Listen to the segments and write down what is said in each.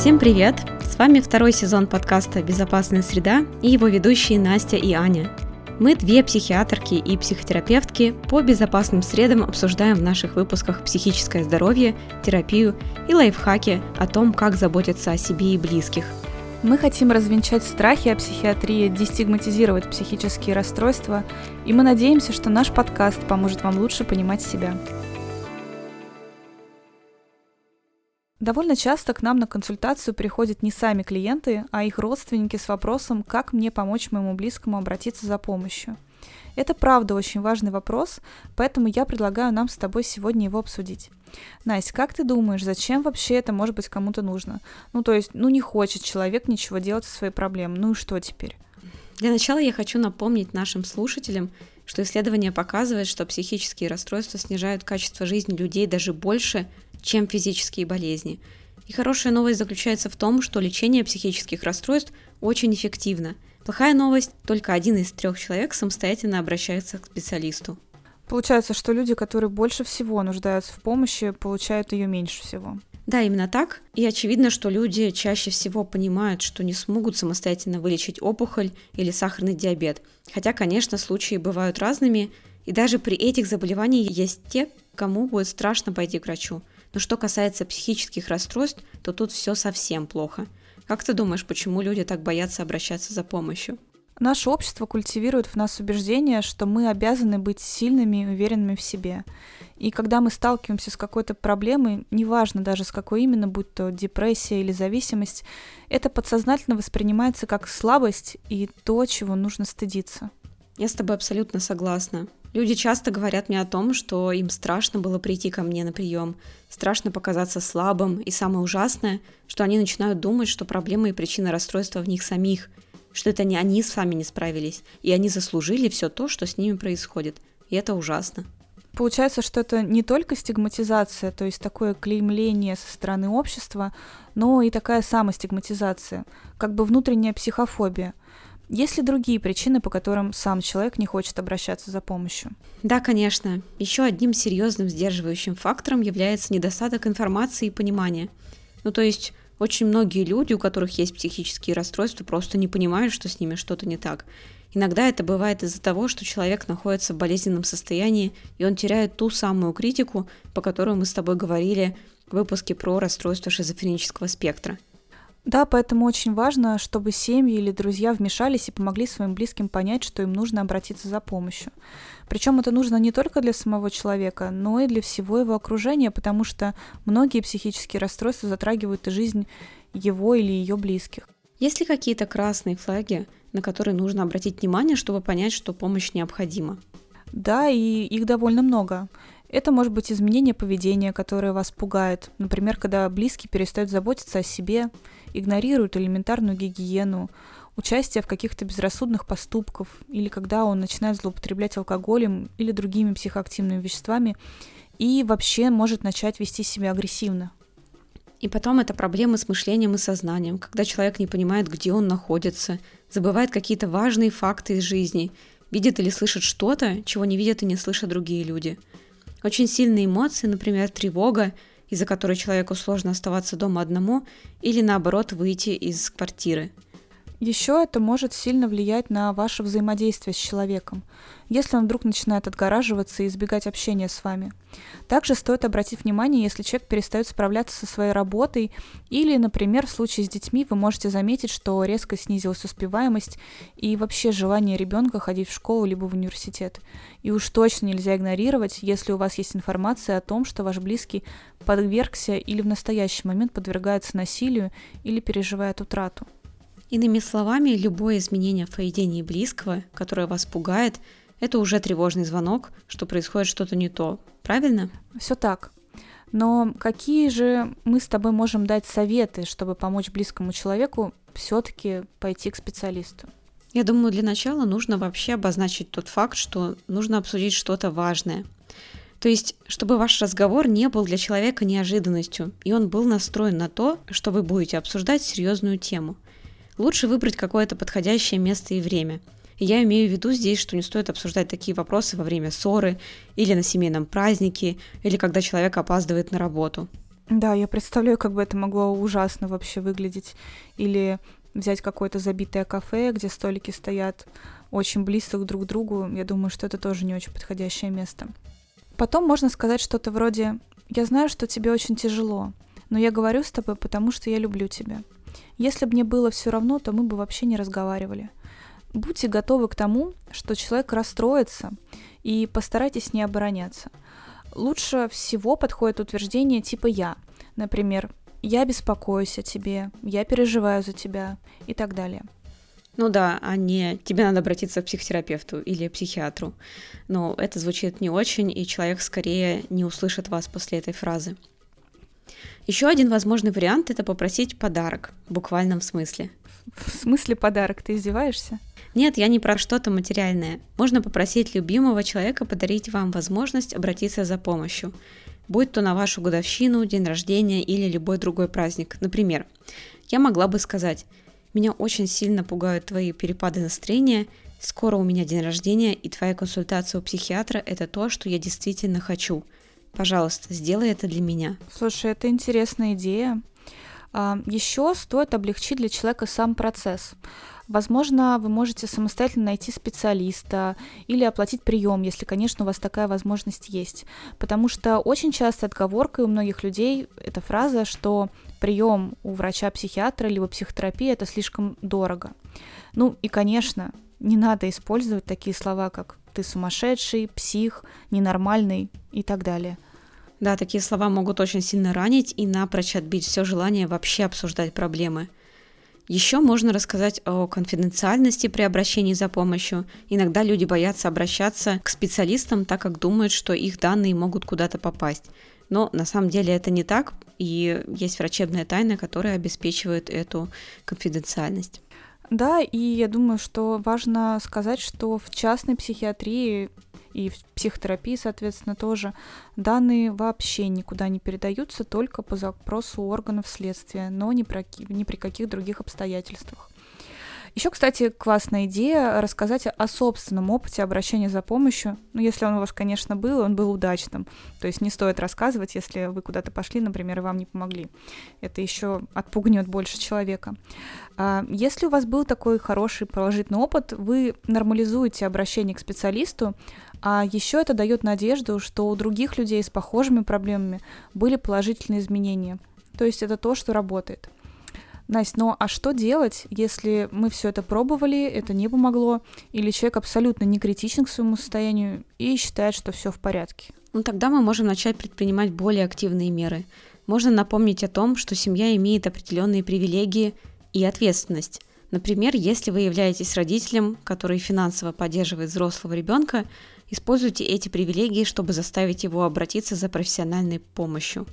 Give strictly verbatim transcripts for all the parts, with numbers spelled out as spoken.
Всем привет! С вами второй сезон подкаста «Безопасная среда» и его ведущие Настя и Аня. Мы две психиатрки и психотерапевтки по безопасным средам обсуждаем в наших выпусках психическое здоровье, терапию и лайфхаки о том, как заботиться о себе и близких. Мы хотим развенчать страхи о психиатрии, дестигматизировать психические расстройства, и мы надеемся, что наш подкаст поможет вам лучше понимать себя. Довольно часто к нам на консультацию приходят не сами клиенты, а их родственники с вопросом, как мне помочь моему близкому обратиться за помощью. Это правда очень важный вопрос, поэтому я предлагаю нам с тобой сегодня его обсудить. Настя, как ты думаешь, зачем вообще это может быть кому-то нужно? Ну, то есть, ну не хочет человек ничего делать со своей проблемой, ну и что теперь? Для начала я хочу напомнить нашим слушателям, что исследование показывает, что психические расстройства снижают качество жизни людей даже больше, чем физические болезни. И хорошая новость заключается в том, что лечение психических расстройств очень эффективно. Плохая новость – только один из трех человек самостоятельно обращается к специалисту. Получается, что люди, которые больше всего нуждаются в помощи, получают ее меньше всего. Да, именно так. И очевидно, что люди чаще всего понимают, что не смогут самостоятельно вылечить опухоль или сахарный диабет. Хотя, конечно, случаи бывают разными, и даже при этих заболеваниях есть те, кому будет страшно пойти к врачу. Но что касается психических расстройств, то тут все совсем плохо. Как ты думаешь, почему люди так боятся обращаться за помощью? Наше общество культивирует в нас убеждение, что мы обязаны быть сильными и уверенными в себе. И когда мы сталкиваемся с какой-то проблемой, неважно даже с какой именно, будь то депрессия или зависимость, это подсознательно воспринимается как слабость и то, чего нужно стыдиться. Я с тобой абсолютно согласна. Люди часто говорят мне о том, что им страшно было прийти ко мне на прием, страшно показаться слабым, и самое ужасное, что они начинают думать, что проблема и причина расстройства в них самих, что это не они сами не справились, и они заслужили все то, что с ними происходит. И это ужасно. Получается, что это не только стигматизация, то есть такое клеймление со стороны общества, но и такая самостигматизация, как бы внутренняя психофобия. Есть ли другие причины, по которым сам человек не хочет обращаться за помощью? Да, конечно. Еще одним серьезным сдерживающим фактором является недостаток информации и понимания. Ну, то есть очень многие люди, у которых есть психические расстройства, просто не понимают, что с ними что-то не так. Иногда это бывает из-за того, что человек находится в болезненном состоянии, и он теряет ту самую критику, по которой мы с тобой говорили в выпуске про расстройство шизофренического спектра. Да, поэтому очень важно, чтобы семьи или друзья вмешались и помогли своим близким понять, что им нужно обратиться за помощью. Причем это нужно не только для самого человека, но и для всего его окружения, потому что многие психические расстройства затрагивают и жизнь его или ее близких. Есть ли какие-то красные флаги, на которые нужно обратить внимание, чтобы понять, что помощь необходима? Да, и их довольно много. Это может быть изменение поведения, которое вас пугает. Например, когда близкий перестает заботиться о себе, игнорирует элементарную гигиену, участие в каких-то безрассудных поступках, или когда он начинает злоупотреблять алкоголем или другими психоактивными веществами и вообще может начать вести себя агрессивно. И потом это проблемы с мышлением и сознанием, когда человек не понимает, где он находится, забывает какие-то важные факты из жизни, видит или слышит что-то, чего не видят и не слышат другие люди. Очень сильные эмоции, например, тревога, из-за которой человеку сложно оставаться дома одному, или наоборот выйти из квартиры. Еще это может сильно влиять на ваше взаимодействие с человеком, если он вдруг начинает отгораживаться и избегать общения с вами. Также стоит обратить внимание, если человек перестает справляться со своей работой, или, например, в случае с детьми вы можете заметить, что резко снизилась успеваемость и вообще желание ребенка ходить в школу либо в университет. И уж точно нельзя игнорировать, если у вас есть информация о том, что ваш близкий подвергся или в настоящий момент подвергается насилию или переживает утрату. Иными словами, любое изменение в поведении близкого, которое вас пугает, это уже тревожный звонок, что происходит что-то не то. Правильно? Все так. Но какие же мы с тобой можем дать советы, чтобы помочь близкому человеку все-таки пойти к специалисту? Я думаю, для начала нужно вообще обозначить тот факт, что нужно обсудить что-то важное. То есть, чтобы ваш разговор не был для человека неожиданностью, и он был настроен на то, что вы будете обсуждать серьезную тему. Лучше выбрать какое-то подходящее место и время. И я имею в виду здесь, что не стоит обсуждать такие вопросы во время ссоры, или на семейном празднике, или когда человек опаздывает на работу. Да, я представляю, как бы это могло ужасно вообще выглядеть. Или взять какое-то забитое кафе, где столики стоят очень близко друг к другу. Я думаю, что это тоже не очень подходящее место. Потом можно сказать что-то вроде «Я знаю, что тебе очень тяжело, но я говорю с тобой, потому что я люблю тебя. Если бы мне было все равно, то мы бы вообще не разговаривали». Будьте готовы к тому, что человек расстроится, и постарайтесь не обороняться. Лучше всего подходит утверждение типа «я». Например, «я беспокоюсь о тебе», «я переживаю за тебя» и так далее. Ну да, а не «тебе надо обратиться к психотерапевту» или психиатру. Но это звучит не очень, и человек скорее не услышит вас после этой фразы. Еще один возможный вариант – это попросить подарок, в буквальном смысле. В смысле подарок? Ты издеваешься? Нет, я не про что-то материальное. Можно попросить любимого человека подарить вам возможность обратиться за помощью, будь то на вашу годовщину, день рождения или любой другой праздник. Например, я могла бы сказать: «Меня очень сильно пугают твои перепады настроения, скоро у меня день рождения, и твоя консультация у психиатра – это то, что я действительно хочу. Пожалуйста, сделай это для меня». Слушай, это интересная идея. Еще стоит облегчить для человека сам процесс. Возможно, вы можете самостоятельно найти специалиста или оплатить прием, если, конечно, у вас такая возможность есть. Потому что очень часто отговоркой у многих людей эта фраза, что прием у врача-психиатра либо психотерапия – это слишком дорого. Ну и, конечно, не надо использовать такие слова, как «ты сумасшедший», «псих», «ненормальный» и так далее. Да, такие слова могут очень сильно ранить и напрочь отбить все желание вообще обсуждать проблемы. Еще можно рассказать о конфиденциальности при обращении за помощью. Иногда люди боятся обращаться к специалистам, так как думают, что их данные могут куда-то попасть. Но на самом деле это не так, и есть врачебная тайна, которая обеспечивает эту конфиденциальность. Да, и я думаю, что важно сказать, что в частной психиатрии и в психотерапии, соответственно, тоже данные вообще никуда не передаются, только по запросу органов следствия, но ни, про, ни при каких других обстоятельствах. Еще, кстати, классная идея рассказать о собственном опыте обращения за помощью. Ну, если он у вас, конечно, был, он был удачным. То есть не стоит рассказывать, если вы куда-то пошли, например, и вам не помогли. Это еще отпугнет больше человека. Если у вас был такой хороший положительный опыт, вы нормализуете обращение к специалисту, а еще это дает надежду, что у других людей с похожими проблемами были положительные изменения. То есть это то, что работает. Настя, ну а что делать, если мы все это пробовали, это не помогло, или человек абсолютно не критичен к своему состоянию и считает, что все в порядке? Ну тогда мы можем начать предпринимать более активные меры. Можно напомнить о том, что семья имеет определенные привилегии и ответственность. Например, если вы являетесь родителем, который финансово поддерживает взрослого ребенка, используйте эти привилегии, чтобы заставить его обратиться за профессиональной помощью.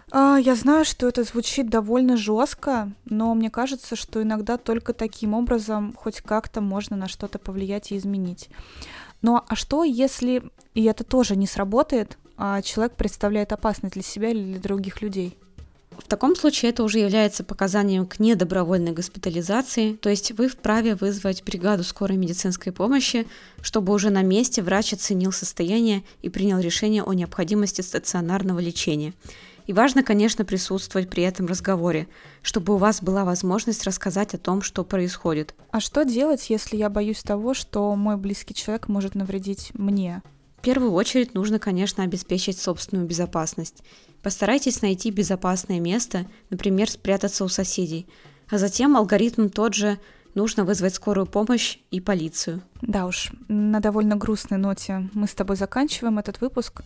Я знаю, что это звучит довольно жестко, но мне кажется, что иногда только таким образом хоть как-то можно на что-то повлиять и изменить. Ну а что, если и это тоже не сработает, а человек представляет опасность для себя или для других людей? В таком случае это уже является показанием к недобровольной госпитализации, то есть вы вправе вызвать бригаду скорой медицинской помощи, чтобы уже на месте врач оценил состояние и принял решение о необходимости стационарного лечения. И важно, конечно, присутствовать при этом разговоре, чтобы у вас была возможность рассказать о том, что происходит. А что делать, если я боюсь того, что мой близкий человек может навредить мне? В первую очередь нужно, конечно, обеспечить собственную безопасность. Постарайтесь найти безопасное место, например, спрятаться у соседей, а затем алгоритм тот же, нужно вызвать скорую помощь и полицию. Да уж, на довольно грустной ноте мы с тобой заканчиваем этот выпуск,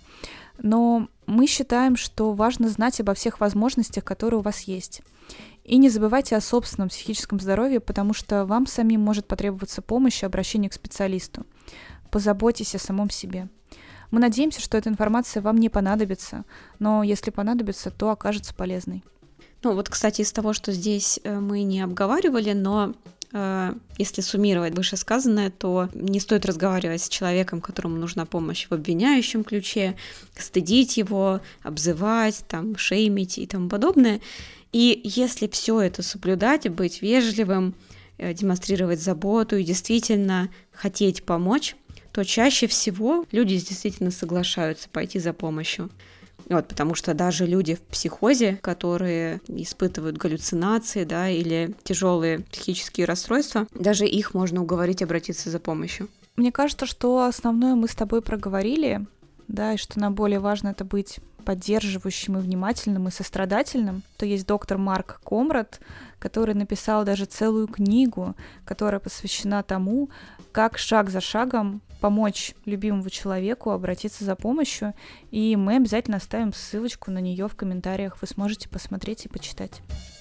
но мы считаем, что важно знать обо всех возможностях, которые у вас есть. И не забывайте о собственном психическом здоровье, потому что вам самим может потребоваться помощь и обращение к специалисту. Позаботьтесь о самом себе. Мы надеемся, что эта информация вам не понадобится, но если понадобится, то окажется полезной. Ну вот, кстати, из того, что здесь мы не обговаривали, но э, если суммировать вышесказанное, то не стоит разговаривать с человеком, которому нужна помощь в обвиняющем ключе, стыдить его, обзывать, там, шеймить и тому подобное. И если все это соблюдать, быть вежливым, э, демонстрировать заботу и действительно хотеть помочь, то чаще всего люди действительно соглашаются пойти за помощью. Вот, потому что даже люди в психозе, которые испытывают галлюцинации, да, или тяжелые психические расстройства, даже их можно уговорить обратиться за помощью. Мне кажется, что основное мы с тобой проговорили, да, и что нам более важно это быть поддерживающим и внимательным и сострадательным, то есть доктор Марк Комрад, который написал даже целую книгу, которая посвящена тому, как шаг за шагом помочь любимому человеку обратиться за помощью, и мы обязательно оставим ссылочку на нее в комментариях, вы сможете посмотреть и почитать.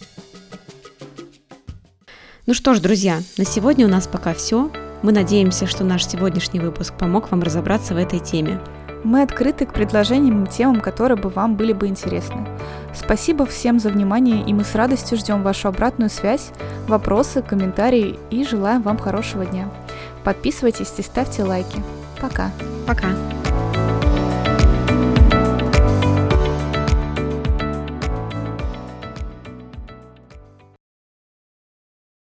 Ну что ж, друзья, на сегодня у нас пока все. Мы надеемся, что наш сегодняшний выпуск помог вам разобраться в этой теме. Мы открыты к предложениям и темам, которые бы вам были бы интересны. Спасибо всем за внимание, и мы с радостью ждем вашу обратную связь, вопросы, комментарии и желаем вам хорошего дня. Подписывайтесь и ставьте лайки. Пока. Пока.